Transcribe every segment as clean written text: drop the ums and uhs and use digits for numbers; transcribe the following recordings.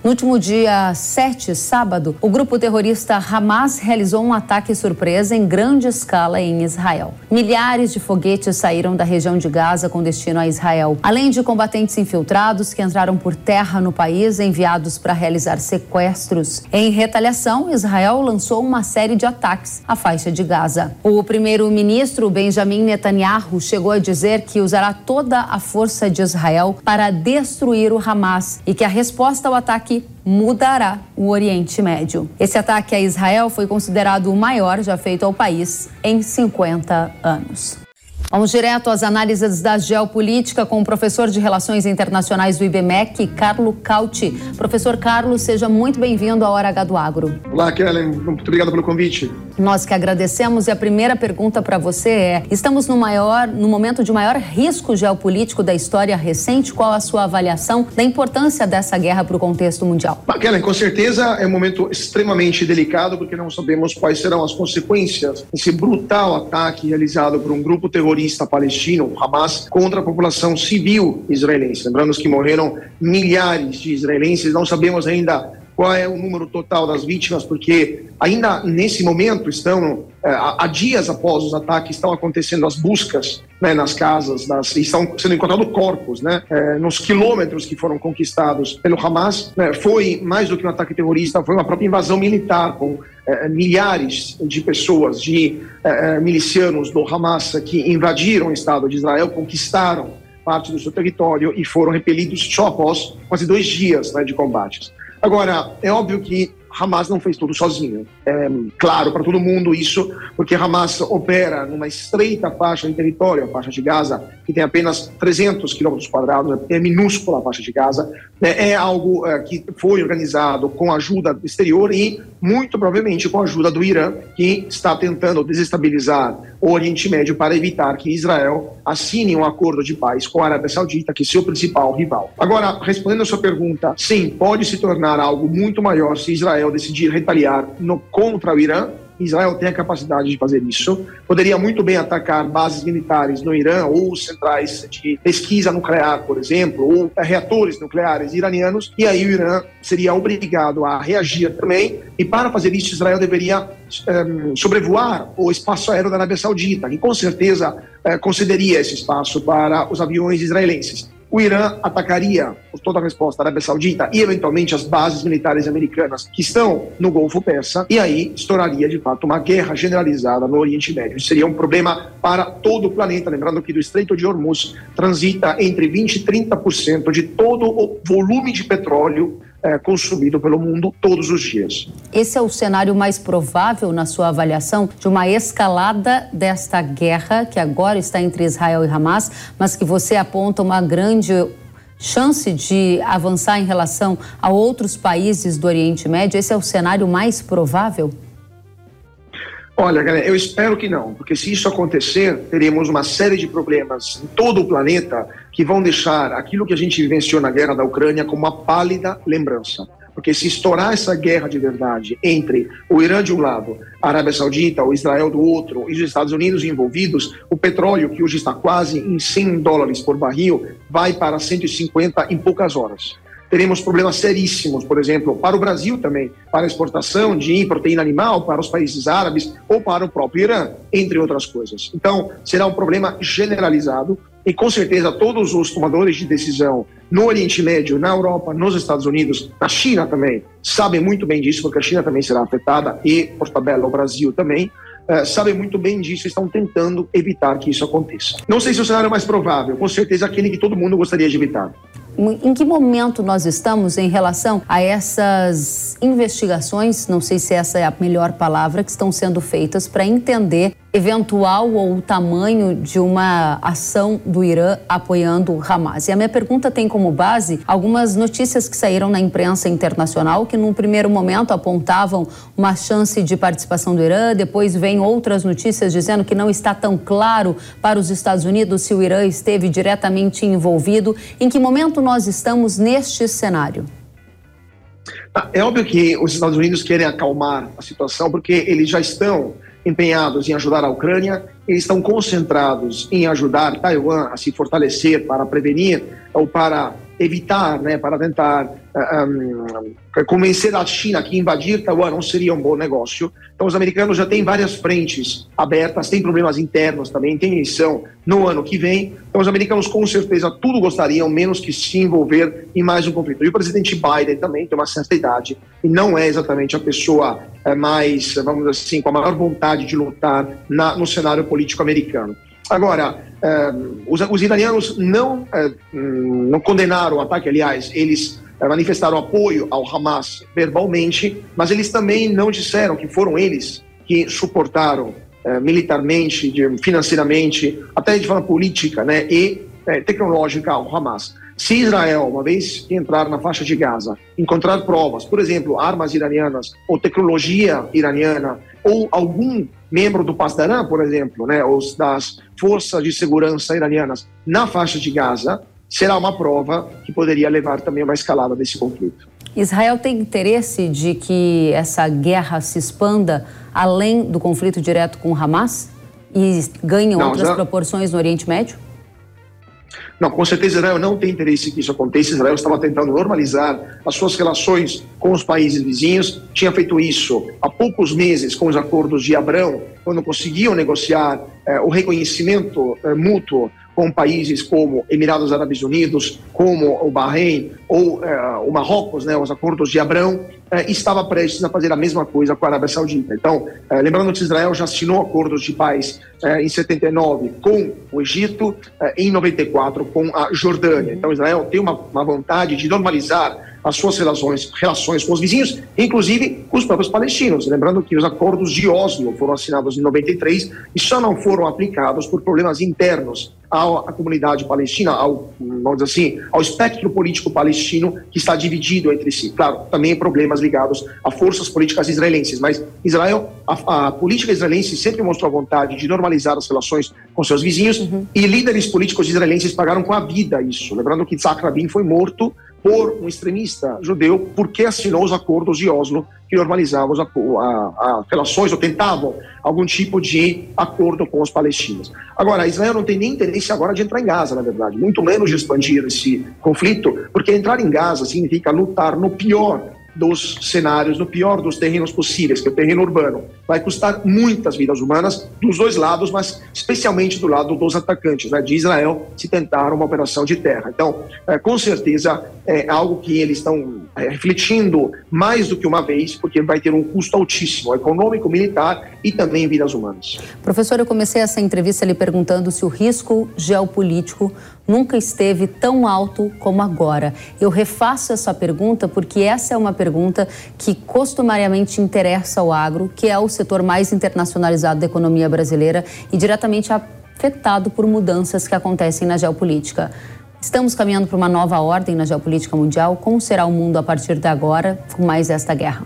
No último dia 7, sábado, o grupo terrorista Hamas realizou um ataque surpresa em grande escala em Israel. Milhares de foguetes saíram da região de Gaza com destino a Israel, além de combatentes infiltrados que entraram por terra no país, enviados para realizar sequestros. Em retaliação, Israel lançou uma série de ataques à faixa de Gaza. O primeiro-ministro Benjamin Netanyahu chegou a dizer que usará toda a força de Israel para destruir o Hamas e que a resposta ao ataque mudará o Oriente Médio. Esse ataque a Israel foi considerado o maior já feito ao país em 50 anos. Vamos direto às análises da geopolítica com o professor de Relações Internacionais do IBMEC, Carlo Cauti. Professor Carlos, seja muito bem-vindo à Hora H do Agro. Olá, Kellen. Muito obrigado pelo convite. Nós que agradecemos, e a primeira pergunta para você é: estamos no momento de maior risco geopolítico da história recente? Qual a sua avaliação da importância dessa guerra para o contexto mundial? Kellen, com certeza é um momento extremamente delicado, porque não sabemos quais serão as consequências desse brutal ataque realizado por um grupo terrorista palestino, o Hamas, contra a população civil israelense. Lembrando que morreram milhares de israelenses, não sabemos ainda qual é o número total das vítimas, porque ainda nesse momento há dias após os ataques, estão acontecendo as buscas, né, nas casas, estão sendo encontrados corpos, né, nos quilômetros que foram conquistados pelo Hamas. Foi mais do que um ataque terrorista, foi uma própria invasão militar com milhares de pessoas, de milicianos do Hamas que invadiram o Estado de Israel, conquistaram parte do seu território e foram repelidos só após quase 2 dias, né, de combates. Agora, é óbvio que Hamas não fez tudo sozinho. É claro para todo mundo isso, porque Hamas opera numa estreita faixa de território, a faixa de Gaza, que tem apenas 300 quilômetros quadrados, é minúscula a faixa de Gaza. É algo que foi organizado com a ajuda do exterior e, muito provavelmente, com a ajuda do Irã, que está tentando desestabilizar o Oriente Médio para evitar que Israel assine um acordo de paz com a Arábia Saudita, que é seu principal rival. Agora, respondendo a sua pergunta, sim, pode se tornar algo muito maior se Israel decidir retaliar contra o Irã. Israel tem a capacidade de fazer isso. Poderia muito bem atacar bases militares no Irã ou centrais de pesquisa nuclear, por exemplo, ou reatores nucleares iranianos, e aí o Irã seria obrigado a reagir também, e para fazer isso Israel deveria sobrevoar o espaço aéreo da Arábia Saudita, que com certeza concederia esse espaço para os aviões israelenses. O Irã atacaria, por toda a resposta, a Arábia Saudita e, eventualmente, as bases militares americanas que estão no Golfo Persa, e aí estouraria, de fato, uma guerra generalizada no Oriente Médio. Isso seria um problema para todo o planeta, lembrando que do Estreito de Hormuz transita entre 20% e 30% de todo o volume de petróleo consumido pelo mundo todos os dias. Esse é o cenário mais provável, na sua avaliação, de uma escalada desta guerra que agora está entre Israel e Hamas, mas que você aponta uma grande chance de avançar em relação a outros países do Oriente Médio? Esse é o cenário mais provável? Olha, galera, eu espero que não, porque se isso acontecer, teremos uma série de problemas em todo o planeta que vão deixar aquilo que a gente vivenciou na guerra da Ucrânia como uma pálida lembrança. Porque se estourar essa guerra de verdade entre o Irã de um lado, a Arábia Saudita, o Israel do outro e os Estados Unidos envolvidos, o petróleo, que hoje está quase em $100 por barril, vai para 150 em poucas horas. Teremos problemas seríssimos, por exemplo, para o Brasil também, para a exportação de proteína animal para os países árabes ou para o próprio Irã, entre outras coisas. Então, será um problema generalizado e, com certeza, todos os tomadores de decisão no Oriente Médio, na Europa, nos Estados Unidos, na China também, sabem muito bem disso, porque a China também será afetada e, por tabela, o Brasil também, sabem muito bem disso e estão tentando evitar que isso aconteça. Não sei se é o cenário mais provável, com certeza aquele que todo mundo gostaria de evitar. Em que momento nós estamos em relação a essas investigações, não sei se essa é a melhor palavra, que estão sendo feitas para entender eventual ou o tamanho de uma ação do Irã apoiando o Hamas? E a minha pergunta tem como base algumas notícias que saíram na imprensa internacional que num primeiro momento apontavam uma chance de participação do Irã, depois vem outras notícias dizendo que não está tão claro para os Estados Unidos se o Irã esteve diretamente envolvido. Em que momento nós estamos neste cenário? É óbvio que os Estados Unidos querem acalmar a situação porque eles já estão empenhados em ajudar a Ucrânia, eles estão concentrados em ajudar Taiwan a se fortalecer para prevenir ou para evitar, né, para tentar convencer a China que invadir Taiwan não seria um bom negócio. Então os americanos já têm várias frentes abertas, têm problemas internos também, tem eleição no ano que vem. Então os americanos com certeza tudo gostariam, menos que se envolver em mais um conflito. E o presidente Biden também tem uma certa idade e não é exatamente a pessoa mais, vamos dizer assim, com a maior vontade de lutar no cenário político americano. Agora, os iranianos não condenaram o ataque, aliás, eles manifestaram apoio ao Hamas verbalmente, mas eles também não disseram que foram eles que suportaram militarmente, financeiramente, até de forma política, né, e tecnológica ao Hamas. Se Israel, uma vez que entrar na faixa de Gaza, encontrar provas, por exemplo, armas iranianas ou tecnologia iraniana ou algum membro do Pasdaran, por exemplo, né, ou das forças de segurança iranianas na faixa de Gaza, será uma prova que poderia levar também a uma escalada desse conflito. Israel tem interesse de que essa guerra se expanda além do conflito direto com o Hamas e ganhe outras proporções no Oriente Médio? Não, com certeza Israel não tem interesse que isso aconteça. Israel estava tentando normalizar as suas relações com os países vizinhos, tinha feito isso há poucos meses com os acordos de Abrão, quando conseguiam negociar o reconhecimento mútuo com países como Emirados Árabes Unidos, como o Bahrein ou o Marrocos, né, os acordos de Abrão, estava prestes a fazer a mesma coisa com a Arábia Saudita. Então, lembrando que Israel já assinou acordos de paz em 79 com o Egito, em 94 com a Jordânia. Então, Israel tem uma vontade de normalizar as suas relações com os vizinhos, inclusive com os próprios palestinos. Lembrando que os acordos de Oslo foram assinados em 93 e só não foram aplicados por problemas internos à comunidade palestina, vamos dizer assim, ao espectro político palestino que está dividido entre si. Claro, também problemas ligados a forças políticas israelenses, mas Israel, a política israelense sempre mostrou a vontade de normalizar as relações com seus vizinhos e líderes políticos israelenses pagaram com a vida isso. Lembrando que Yitzhak Rabin foi morto por um extremista judeu porque assinou os acordos de Oslo que normalizavam as relações ou tentavam algum tipo de acordo com os palestinos. Agora, Israel não tem nem interesse agora de entrar em Gaza, na verdade, muito menos de expandir esse conflito, porque entrar em Gaza significa lutar no pior dos cenários, no pior dos terrenos possíveis, que é o terreno urbano. Vai custar muitas vidas humanas dos dois lados, mas especialmente do lado dos atacantes, né, de Israel, se tentar uma operação de terra. Então, com certeza, é algo que eles estão refletindo mais do que uma vez, porque vai ter um custo altíssimo, econômico, militar e também vidas humanas. Professor, eu comecei essa entrevista lhe perguntando se o risco geopolítico nunca esteve tão alto como agora. Eu refaço essa pergunta porque essa é uma pergunta que costumariamente interessa ao agro, que é o setor mais internacionalizado da economia brasileira e diretamente afetado por mudanças que acontecem na geopolítica. Estamos caminhando para uma nova ordem na geopolítica mundial. Como será o mundo a partir de agora com mais esta guerra?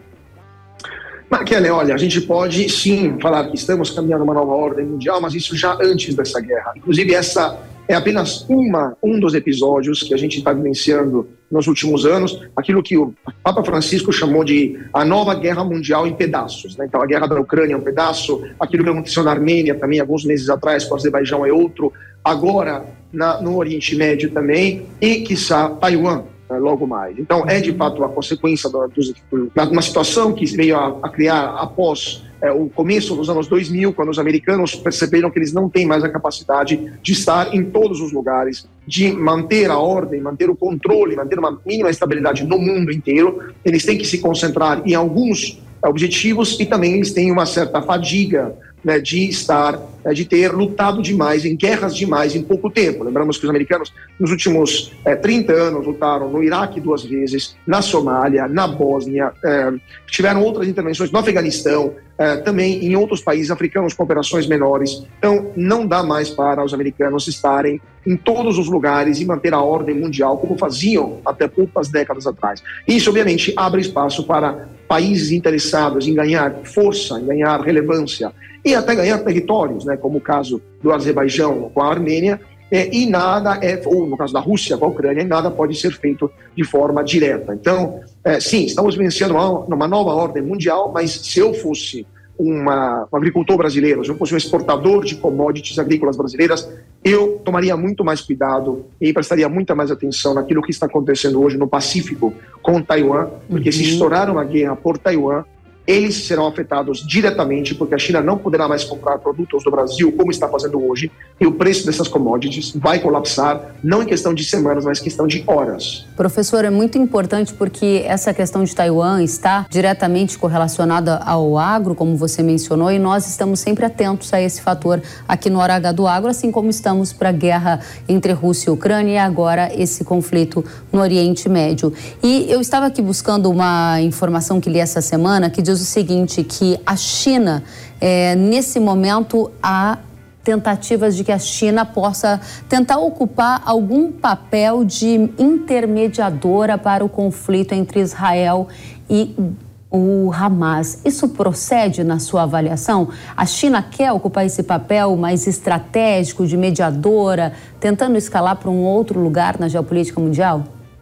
Kelly, olha, a gente pode sim falar que estamos caminhando uma nova ordem mundial, mas isso já antes dessa guerra. Inclusive, essa é apenas um dos episódios que a gente está vivenciando nos últimos anos, aquilo que o Papa Francisco chamou de a nova guerra mundial em pedaços, né? Então, a guerra da Ucrânia é um pedaço, aquilo que aconteceu na Armênia também, alguns meses atrás, com o Azerbaijão é outro, agora no Oriente Médio também, e, quiçá, Taiwan, logo mais. Então, é de fato a consequência de uma situação que veio a criar após o começo dos anos 2000, quando os americanos perceberam que eles não têm mais a capacidade de estar em todos os lugares, de manter a ordem, manter o controle, manter uma mínima estabilidade no mundo inteiro. Eles têm que se concentrar em alguns objetivos e também eles têm uma certa fadiga, né, de ter lutado demais, em guerras demais, em pouco tempo. Lembramos que os americanos, nos últimos 30 anos, lutaram no Iraque 2 vezes, na Somália, na Bósnia, tiveram outras intervenções no Afeganistão, também em outros países africanos com operações menores. Então, não dá mais para os americanos estarem em todos os lugares e manter a ordem mundial como faziam até poucas décadas atrás. Isso, obviamente, abre espaço para países interessados em ganhar força, em ganhar relevância e até ganhar territórios, né, como o caso do Azerbaijão com a Armênia, e nada ou no caso da Rússia com a Ucrânia, nada pode ser feito de forma direta. Então, sim, estamos vivenciando uma nova ordem mundial, mas se eu fosse um agricultor brasileiro, se eu fosse um exportador de commodities agrícolas brasileiras, eu tomaria muito mais cuidado e prestaria muita mais atenção naquilo que está acontecendo hoje no Pacífico com Taiwan, porque se estourar uma guerra por Taiwan, eles serão afetados diretamente, porque a China não poderá mais comprar produtos do Brasil como está fazendo hoje, e o preço dessas commodities vai colapsar, não em questão de semanas, mas em questão de horas. Professor, é muito importante porque essa questão de Taiwan está diretamente correlacionada ao agro, como você mencionou, e nós estamos sempre atentos a esse fator aqui no Hora H do Agro, assim como estamos para a guerra entre Rússia e Ucrânia e agora esse conflito no Oriente Médio. E eu estava aqui buscando uma informação que li essa semana que diz o seguinte, que a China, nesse momento, há tentativas de que a China possa tentar ocupar algum papel de intermediadora para o conflito entre Israel e o Hamas. Isso procede na sua avaliação? A China quer ocupar esse papel mais estratégico de mediadora, tentando escalar para um outro lugar na geopolítica mundial?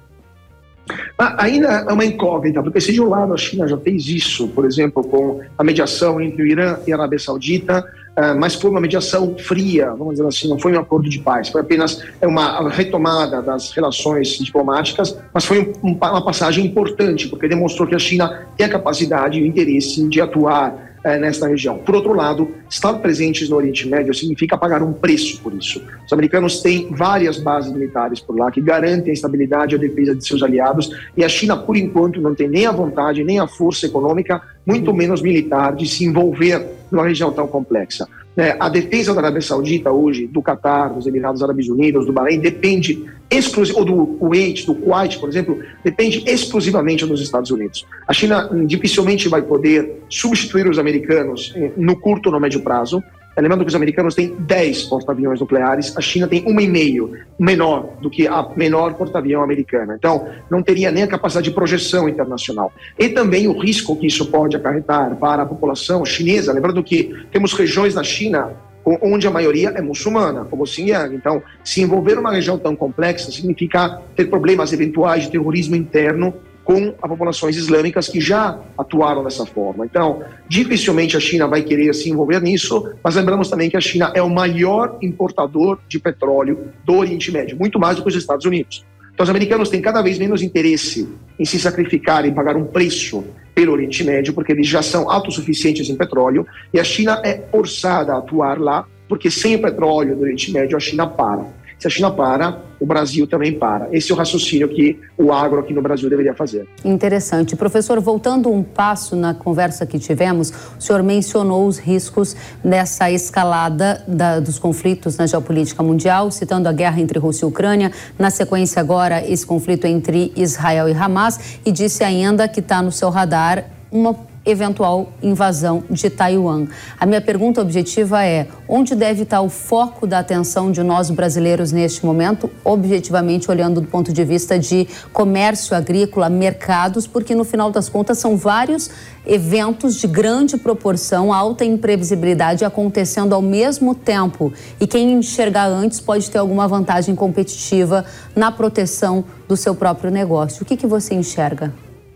Ainda é uma incógnita, porque se de um lado a China já fez isso, por exemplo, com a mediação entre o Irã e a Arábia Saudita, mas foi uma mediação fria, vamos dizer assim, não foi um acordo de paz, foi apenas uma retomada das relações diplomáticas, mas foi uma passagem importante, porque demonstrou que a China tem a capacidade e o interesse de atuar nesta região. Por outro lado, estar presentes no Oriente Médio significa pagar um preço por isso. Os americanos têm várias bases militares por lá que garantem a estabilidade e a defesa de seus aliados, e a China, por enquanto, não tem nem a vontade, nem a força econômica, muito menos militar, de se envolver numa região tão complexa. A defesa da Arábia Saudita hoje, do Catar, dos Emirados Árabes Unidos, do Bahrein, depende ou do Kuwait, por exemplo, depende exclusivamente dos Estados Unidos. A China dificilmente vai poder substituir os americanos no curto ou no médio prazo. Lembrando que os americanos têm 10 porta-aviões nucleares, a China tem 1,5, menor do que a menor porta-avião americana. Então, não teria nem a capacidade de projeção internacional. E também o risco que isso pode acarretar para a população chinesa. Lembrando que temos regiões na China onde a maioria é muçulmana, como o Xinjiang. Então, se envolver numa região tão complexa significa ter problemas eventuais de terrorismo interno com as populações islâmicas que já atuaram dessa forma. Então, dificilmente a China vai querer se envolver nisso, mas lembramos também que a China é o maior importador de petróleo do Oriente Médio, muito mais do que os Estados Unidos. Então, os americanos têm cada vez menos interesse em se sacrificar, em pagar um preço pelo Oriente Médio, porque eles já são autossuficientes em petróleo, e a China é forçada a atuar lá, porque sem o petróleo do Oriente Médio a China para. Se a China para, o Brasil também para. Esse é o raciocínio que o agro aqui no Brasil deveria fazer. Interessante. Professor, voltando um passo na conversa que tivemos, o senhor mencionou os riscos dessa escalada dos conflitos na geopolítica mundial, citando a guerra entre Rússia e Ucrânia, na sequência agora esse conflito entre Israel e Hamas, e disse ainda que está no seu radar uma eventual invasão de Taiwan. A minha pergunta objetiva é: onde deve estar o foco da atenção de nós brasileiros neste momento, objetivamente olhando do ponto de vista de comércio agrícola, mercados, porque no final das contas são vários eventos de grande proporção, alta imprevisibilidade acontecendo ao mesmo tempo, e quem enxergar antes pode ter alguma vantagem competitiva na proteção do seu próprio negócio. O que você enxerga?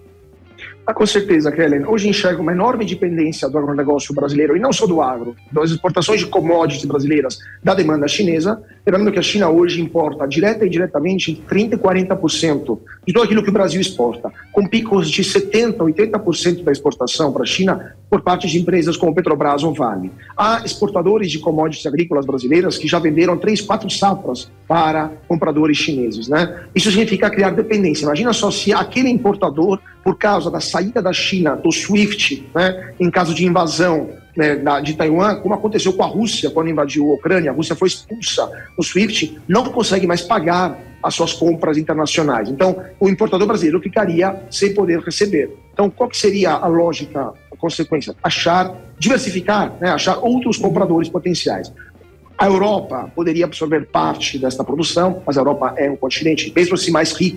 Com certeza, Kellen. Hoje enxergo uma enorme dependência do agronegócio brasileiro, e não só do agro, das exportações de commodities brasileiras da demanda chinesa. Lembrando que a China hoje importa direta e indiretamente 30% e 40% de tudo aquilo que o Brasil exporta, com picos de 70%, 80% da exportação para a China por parte de empresas como Petrobras ou Vale. Há exportadores de commodities agrícolas brasileiras que já venderam 3, 4 safras para compradores chineses, né? Isso significa criar dependência. Imagina só se aquele importador, por causa da saída da China do SWIFT, né, em caso de invasão, né, de Taiwan, como aconteceu com a Rússia quando invadiu a Ucrânia, a Rússia foi expulsa do SWIFT, não consegue mais pagar as suas compras internacionais. Então, o importador brasileiro ficaria sem poder receber. Então, qual que seria a lógica, a consequência? Diversificar, né, achar outros compradores potenciais. A Europa poderia absorver parte desta produção, mas a Europa é um continente, mesmo assim mais rico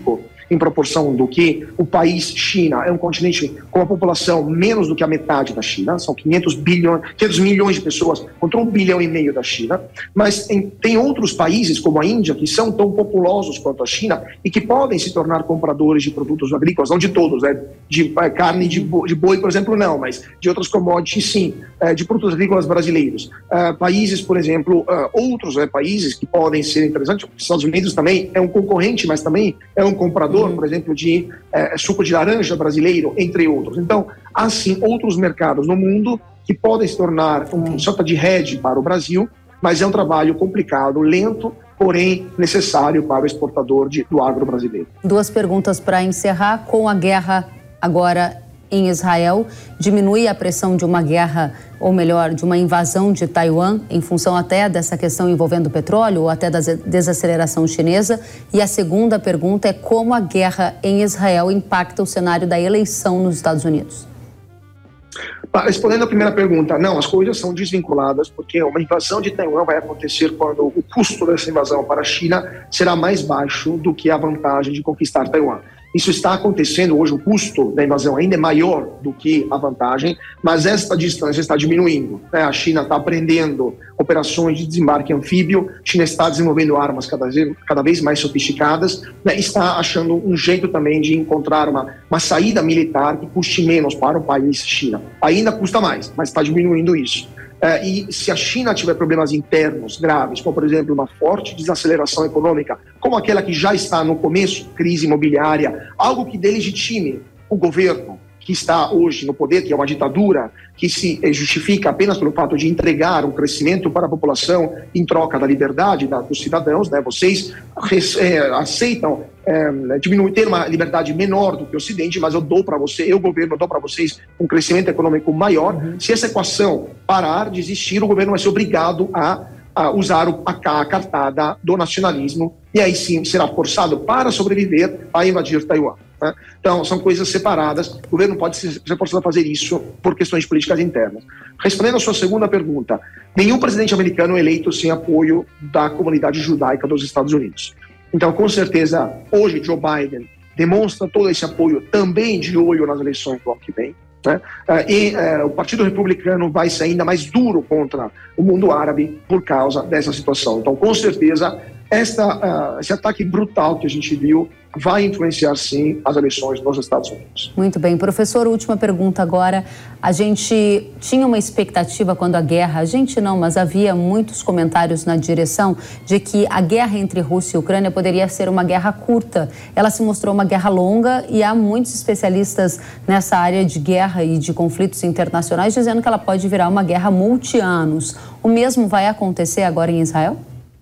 em proporção do que o país China é um continente com uma população menos do que a metade da China, são 500 milhões de pessoas contra 1,5 bilhão da China, mas tem outros países como a Índia que são tão populosos quanto a China e que podem se tornar compradores de produtos agrícolas, não de todos, né? De carne de boi, por exemplo, não, mas de outras commodities sim, de produtos agrícolas brasileiros. Países, por exemplo, outros países que podem ser interessantes, os Estados Unidos também é um concorrente, mas também é um comprador, por exemplo, de suco de laranja brasileiro, entre outros. Então, há sim outros mercados no mundo que podem se tornar uma sorta de hedge para o Brasil, mas é um trabalho complicado, lento, porém necessário para o exportador do agro brasileiro. 2 perguntas para encerrar. Com a guerra agora em Israel, diminui a pressão de uma guerra, ou melhor, de uma invasão de Taiwan, em função até dessa questão envolvendo o petróleo ou até da desaceleração chinesa? E a segunda pergunta é como a guerra em Israel impacta o cenário da eleição nos Estados Unidos? Respondendo à primeira pergunta, não, as coisas são desvinculadas, porque uma invasão de Taiwan vai acontecer quando o custo dessa invasão para a China será mais baixo do que a vantagem de conquistar Taiwan. Isso está acontecendo hoje, o custo da invasão ainda é maior do que a vantagem, mas esta distância está diminuindo, né? A China está aprendendo operações de desembarque anfíbio, a China está desenvolvendo armas cada vez mais sofisticadas, né? Está achando um jeito também de encontrar uma saída militar que custe menos para o país China. Ainda custa mais, mas está diminuindo isso. E se a China tiver problemas internos graves, como por exemplo uma forte desaceleração econômica, como aquela que já está no começo, crise imobiliária, algo que delegitime o governo que está hoje no poder, que é uma ditadura, que se justifica apenas pelo fato de entregar um crescimento para a população em troca da liberdade dos cidadãos, né? Vocês aceitam ter uma liberdade menor do que o Ocidente, mas eu governo, dou para vocês um crescimento econômico maior. Se essa equação parar de existir, o governo vai ser obrigado a usar a cartada do nacionalismo e aí sim será forçado para sobreviver a invadir Taiwan. Né? Então, são coisas separadas. O governo pode ser forçado a fazer isso por questões políticas internas. Respondendo à sua segunda pergunta, nenhum presidente americano é eleito sem apoio da comunidade judaica dos Estados Unidos. Então, com certeza, hoje Joe Biden demonstra todo esse apoio também de olho nas eleições do ano que vem. Né? O Partido Republicano vai ser ainda mais duro contra o mundo árabe por causa dessa situação. Então, com certeza, esse ataque brutal que a gente viu vai influenciar, sim, as eleições nos Estados Unidos. Muito bem. Professor, última pergunta agora. A gente tinha uma expectativa quando a guerra, mas havia muitos comentários na direção de que a guerra entre Rússia e Ucrânia poderia ser uma guerra curta. Ela se mostrou uma guerra longa e há muitos especialistas nessa área de guerra e de conflitos internacionais dizendo que ela pode virar uma guerra multi-anos. O mesmo vai acontecer agora em Israel?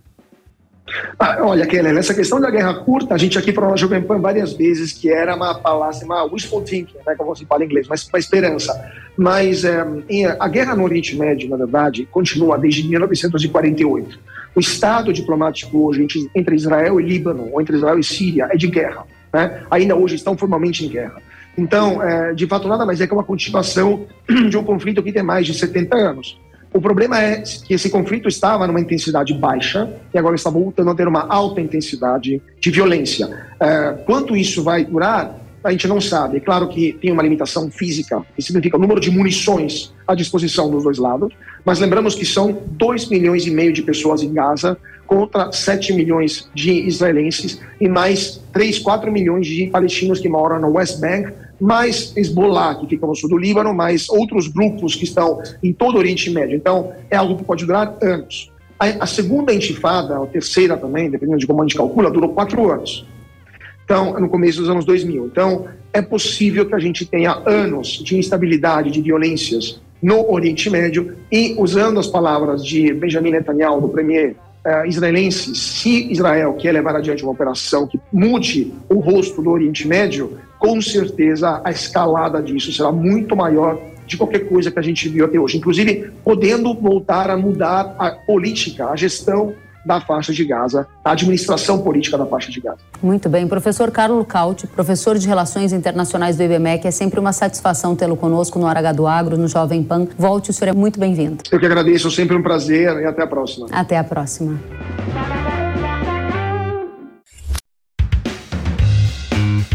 Olha, Kelly, essa questão da guerra curta, a gente aqui falou na Jovem Pan várias vezes que era uma palavra, uma wishful thinking, né, como se fala em inglês, mas uma esperança. Mas a guerra no Oriente Médio, na verdade, continua desde 1948. O estado diplomático hoje entre Israel e Líbano, ou entre Israel e Síria, é de guerra. Né? Ainda hoje estão formalmente em guerra. Então, de fato, nada mais é que uma continuação de um conflito que tem mais de 70 anos. O problema é que esse conflito estava numa intensidade baixa e agora está voltando a ter uma alta intensidade de violência. Quanto isso vai durar, a gente não sabe. É claro que tem uma limitação física, que significa o número de munições à disposição dos dois lados, mas lembramos que são 2,5 milhões de pessoas em Gaza contra 7 milhões de israelenses e mais 3, 4 milhões de palestinos que moram no West Bank, mais Hezbollah, que fica no sul do Líbano, mais outros grupos que estão em todo o Oriente Médio. Então, é algo que pode durar anos. A segunda intifada, a terceira também, dependendo de como a gente calcula, durou 4 anos. Então, no começo dos anos 2000. Então, é possível que a gente tenha anos de instabilidade, de violências no Oriente Médio e, usando as palavras de Benjamin Netanyahu, do premier israelense, se Israel quer levar adiante uma operação que mude o rosto do Oriente Médio, com certeza a escalada disso será muito maior de qualquer coisa que a gente viu até hoje, inclusive podendo voltar a mudar a política, a gestão da faixa de Gaza, a administração política da faixa de Gaza. Muito bem. Professor Carlo Cauti, professor de Relações Internacionais do IBMEC, é sempre uma satisfação tê-lo conosco no Hora H do Agro, no Jovem Pan. Volte, o senhor é muito bem-vindo. Eu que agradeço, sempre um prazer e até a próxima. Até a próxima.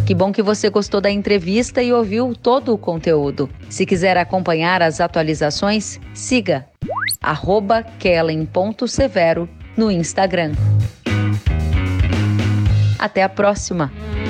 Que bom que você gostou da entrevista e ouviu todo o conteúdo. Se quiser acompanhar as atualizações, siga @kellen.severo no Instagram. Até a próxima!